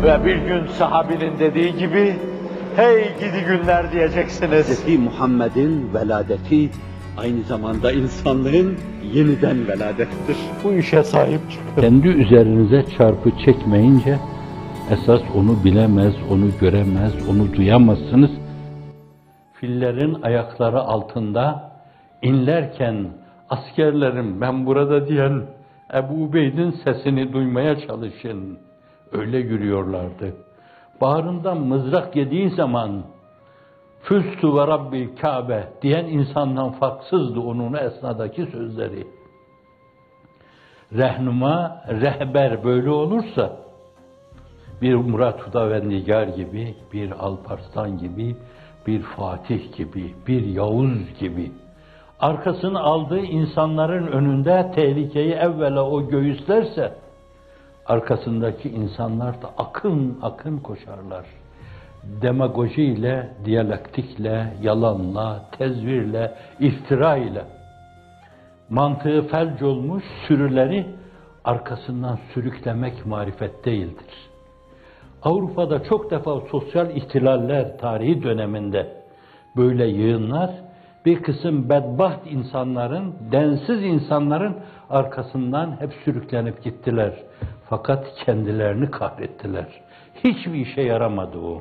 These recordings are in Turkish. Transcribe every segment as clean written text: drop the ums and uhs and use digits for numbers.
Ve bir gün sahabinin dediği gibi, hey gidi günler diyeceksiniz. Hz. Muhammed'in veladeti aynı zamanda insanlığın yeniden veladettir. Bu işe sahip çıkın. Kendi üzerinize çarpı çekmeyince, esas onu bilemez, onu göremez, onu duyamazsınız. Fillerin ayakları altında inlerken askerlerim ben burada diyen Ebu Ubeyd'in sesini duymaya çalışın. Öyle yürüyorlardı. Bağrından mızrak yediği zaman Füstü ve Rabbil Kabe diyen insandan farksızdı onun esnadaki sözleri. Rehnuma, rehber böyle olursa bir Murat Hudavendigar gibi, bir Alparslan gibi, bir Fatih gibi, bir Yavuz gibi arkasını aldığı insanların önünde tehlikeyi evvela o göğüslerse arkasındaki insanlar da akın akın koşarlar. Demagojiyle, diyalektikle, yalanla, tezvirle, iftira ile mantığı felç olmuş sürüleri arkasından sürüklemek marifet değildir. Avrupa'da çok defa sosyal ihtilaller tarihi döneminde böyle yığınlar bir kısım bedbaht insanların, densiz insanların arkasından hep sürüklenip gittiler. Fakat kendilerini kahrettiler. Hiçbir işe yaramadı o.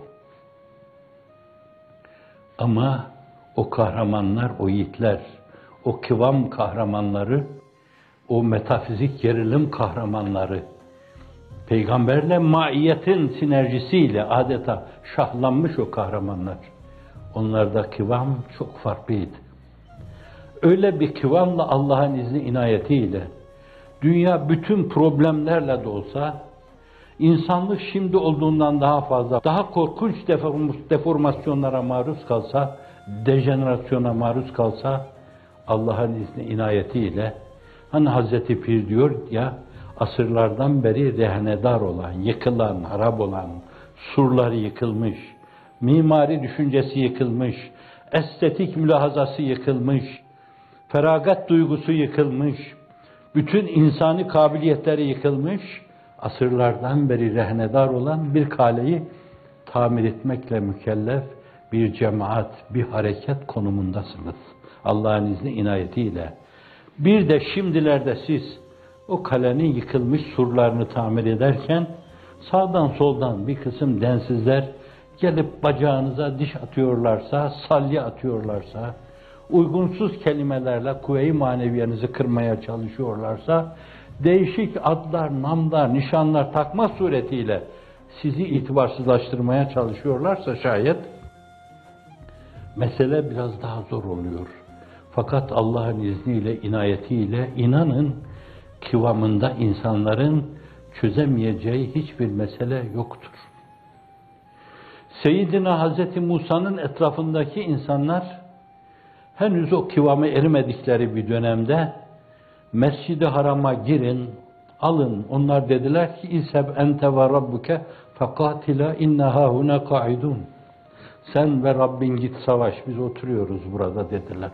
Ama o kahramanlar, o yiğitler, o kıvam kahramanları, o metafizik gerilim kahramanları, peygamberle maiyetin sinerjisiyle adeta şahlanmış o kahramanlar. Onlarda kıvam çok farklıydı. Öyle bir kıvamla Allah'ın izni inayetiyle, dünya bütün problemlerle de olsa, insanlık şimdi olduğundan daha fazla, daha korkunç deformasyonlara maruz kalsa, dejenerasyona maruz kalsa, Allah'ın izni inayetiyle, hani Hazreti Pir diyor ya, asırlardan beri rehnedar olan, yıkılan, harap olan, surları yıkılmış, mimari düşüncesi yıkılmış, estetik mülahazası yıkılmış, feragat duygusu yıkılmış, bütün insani kabiliyetleri yıkılmış, asırlardan beri rehnedar olan bir kaleyi tamir etmekle mükellef bir cemaat, bir hareket konumundasınız. Allah'ın izni inayetiyle. Bir de şimdilerde siz o kalenin yıkılmış surlarını tamir ederken sağdan soldan bir kısım densizler gelip bacağınıza diş atıyorlarsa, salya atıyorlarsa, uygunsuz kelimelerle kuvve-i maneviyanızı kırmaya çalışıyorlarsa, değişik adlar, namlar, nişanlar takma suretiyle sizi itibarsızlaştırmaya çalışıyorlarsa şayet, mesele biraz daha zor oluyor. Fakat Allah'ın izniyle, inayetiyle, inanın, kıvamında insanların çözemeyeceği hiçbir mesele yoktur. Seyyidina Hazreti Musa'nın etrafındaki insanlar, henüz o kıvama erimedikleri bir dönemde, Mescid-i Haram'a girin, alın. Onlar dediler ki, İzheb ente ve rabbuke fekatila inna hahuna kaidun. Sen ve Rabbin git savaş, biz oturuyoruz burada dediler.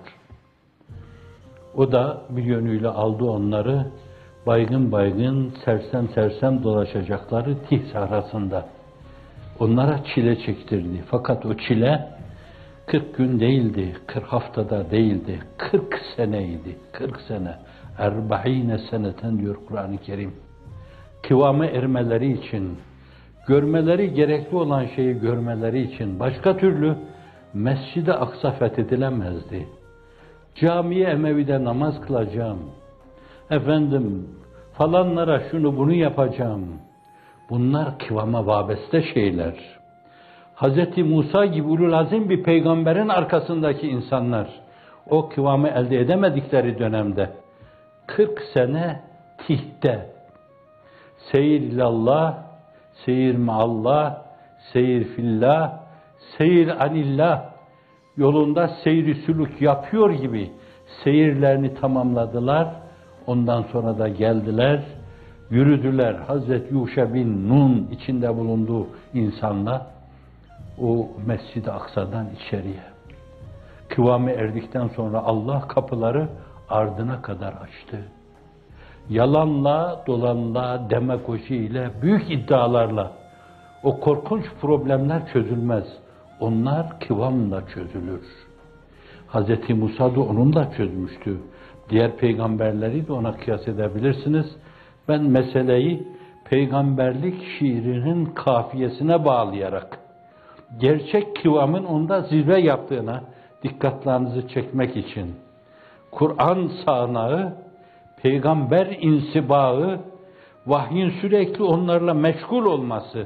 O da bir yönüyle aldı onları, baygın baygın, sersem sersem dolaşacakları Tih sahrasında. Onlara çile çektirdi. Fakat o çile 40 gün değildi, 40 haftada değildi, 40 seneydi, 40 sene. 40 seneten diyor Kur'an-ı Kerim. Kıvama ermeleri için, görmeleri gerekli olan şeyi görmeleri için başka türlü Mescid-i Aksa fethedilemezdi. Cami-i Emevi'de namaz kılacağım. Efendim falanlara şunu bunu yapacağım. Bunlar kıvama vabeste şeyler. Hz. Musa gibi ululazim bir peygamberin arkasındaki insanlar o kıvamı elde edemedikleri dönemde 40 sene tihte seyir ilallah, seyir maallah, seyir fillah, seyir anillah yolunda seyri sülük yapıyor gibi seyirlerini tamamladılar. Ondan sonra da geldiler, yürüdüler. Hazreti Yuşa bin Nun içinde bulunduğu insanlar o Mescid-i Aksa'dan içeriye. Kıvamı erdikten sonra Allah kapıları ardına kadar açtı. Yalanla, dolanla, demagojiyle, büyük iddialarla O korkunç problemler çözülmez. Onlar kıvamla çözülür. Hz. Musa da onunla çözmüştü. Diğer peygamberleri de ona kıyas edebilirsiniz. Ben meseleyi peygamberlik şiirinin kafiyesine bağlayarak, gerçek kıvamın onda zirve yaptığına dikkatlerinizi çekmek için, Kur'an sağanağı, peygamber insibağı, vahyin sürekli onlarla meşgul olması,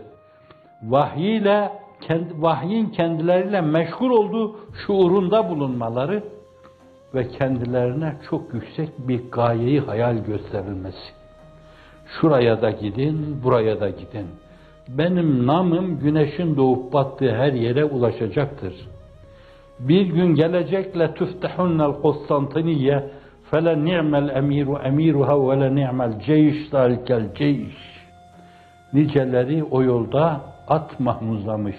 vahyin kendileriyle meşgul olduğu şuurunda bulunmaları ve kendilerine çok yüksek bir gayeyi hayal gösterilmesi. Şuraya da gidin, buraya da gidin. Benim namım güneşin doğup battığı her yere ulaşacaktır. Bir gün gelecek لَتُفْتَحُنَّ الْقُسْطَنْطِنِيَّ فَلَنِعْمَ الْاَمِيرُ اَمِيرُهَا وَلَنِعْمَ الْجَيْشِ ذَلِكَ الْجَيْشِ. Niceleri o yolda at mahmuzlamış,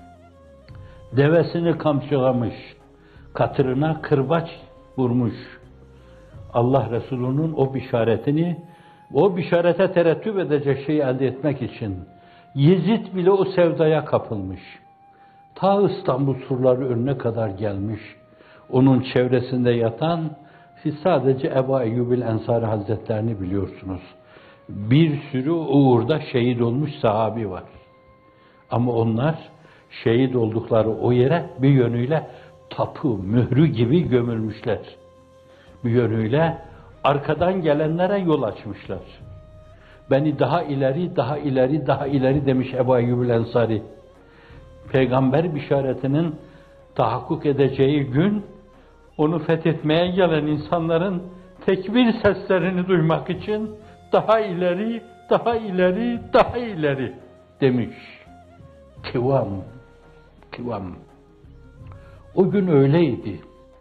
devesini kamçılamış, katırına kırbaç vurmuş. Allah Resulü'nün o bişaretini, o bişarete terettüp edecek şeyi elde etmek için Yezid bile o sevdaya kapılmış. Ta İstanbul surları önüne kadar gelmiş. Onun çevresinde yatan, siz sadece Ebu Eyyubil Ensari Hazretlerini biliyorsunuz. Bir sürü uğurda şehit olmuş sahabi var. Ama onlar şehit oldukları o yere bir yönüyle tapu, mührü gibi gömülmüşler. Bir yönüyle arkadan gelenlere yol açmışlar. Beni daha ileri, daha ileri, daha ileri demiş Ebu Eyyubil Ensari. Peygamber bişaretinin tahakkuk edeceği gün, onu fethetmeye gelen insanların tekbir seslerini duymak için daha ileri, daha ileri, daha ileri demiş. Kıvam, kıvam. O gün öyleydi.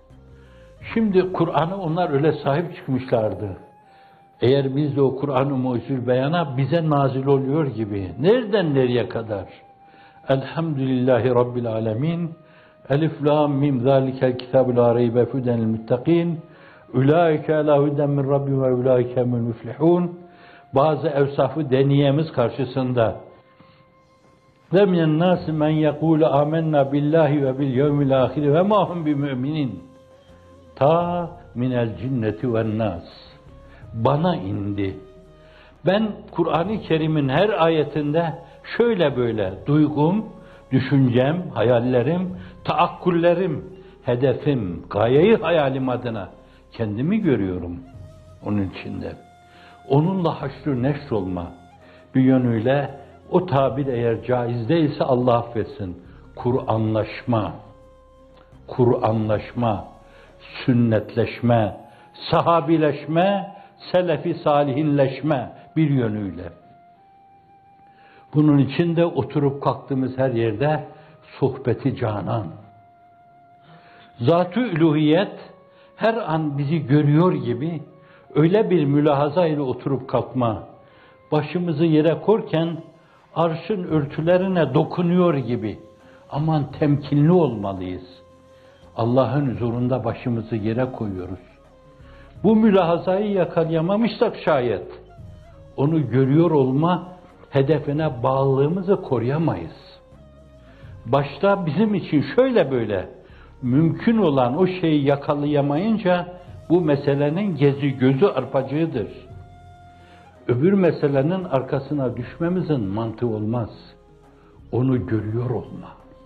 Şimdi Kur'an'ı onlar öyle sahip çıkmışlardı. Eğer biz de o Kur'an-ı Mucizül Beyan'a bize nazil oluyor gibi, nereden nereye kadar? Elhamdülillahi Rabbil Alemin, Elif Lam Mim Zalikel Kitabü La Reybe Füdenil Muttakin, Ulaike ala huden min Rabbi ve ulaike minel müflihun. Bazı evsafı deniyemiz karşısında ve minen nas men yekulu amennâ billahi ve bil yevmil ahir ve ma hum bimü'minin. Ta minel cinneti ven nas. Bana indi. Ben Kur'an-ı Kerim'in her ayetinde şöyle böyle duygum, düşüncem, hayallerim, taakkullerim, hedefim, gayeyi hayalim adına kendimi görüyorum onun içinde. Onunla haşr-ı neşr olma, bir yönüyle o tabir eğer caiz değilse Allah affetsin, Kur'anlaşma, Kur'anlaşma, sünnetleşme, sahabileşme, selefi salihinleşme bir yönüyle. Bunun için de oturup kalktığımız her yerde sohbeti canan. Zat-ı üluhiyet her an bizi görüyor gibi öyle bir mülahaza ile oturup kalkma, başımızı yere korken arşın örtülerine dokunuyor gibi aman temkinli olmalıyız. Allah'ın huzurunda başımızı yere koyuyoruz. Bu mülahazayı yakalayamamışsak şayet, onu görüyor olma hedefine bağlılığımızı koruyamayız. Başta bizim için şöyle böyle mümkün olan o şeyi yakalayamayınca bu meselenin gezi gözü arpacığıdır. Öbür meselenin arkasına düşmemizin mantığı olmaz. Onu görüyor olma.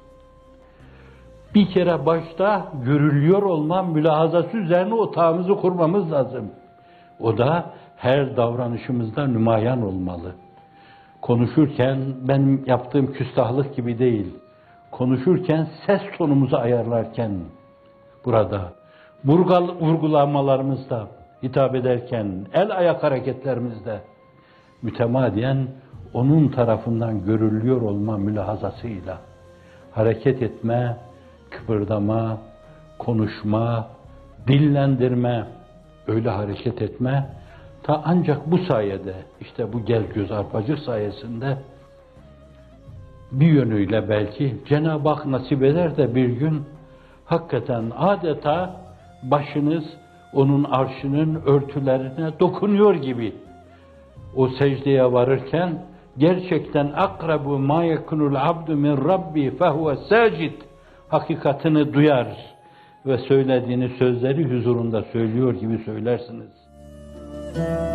Bir kere başta görülüyor olma mülahazası üzerine otağımızı kurmamız lazım. O da her davranışımızda nümayan olmalı. Konuşurken benim yaptığım küstahlık gibi değil. Konuşurken ses tonumuzu ayarlarken burada, vurgulamalarımızda, hitap ederken, el ayak hareketlerimizde mütemadiyen onun tarafından görülüyor olma mülahazasıyla hareket etme, kıpırdama, konuşma, dillendirme, öyle hareket etme, ta ancak bu sayede, işte bu gel göz arpacık sayesinde bir yönüyle belki Cenab-ı Hak nasip eder de bir gün hakikaten adeta başınız onun arşının örtülerine dokunuyor gibi o secdeye varırken gerçekten akrabu ma yekunul abdu min rabbi fehuve sacid hakikatini duyar ve söylediğini sözleri huzurunda söylüyor gibi söylersiniz.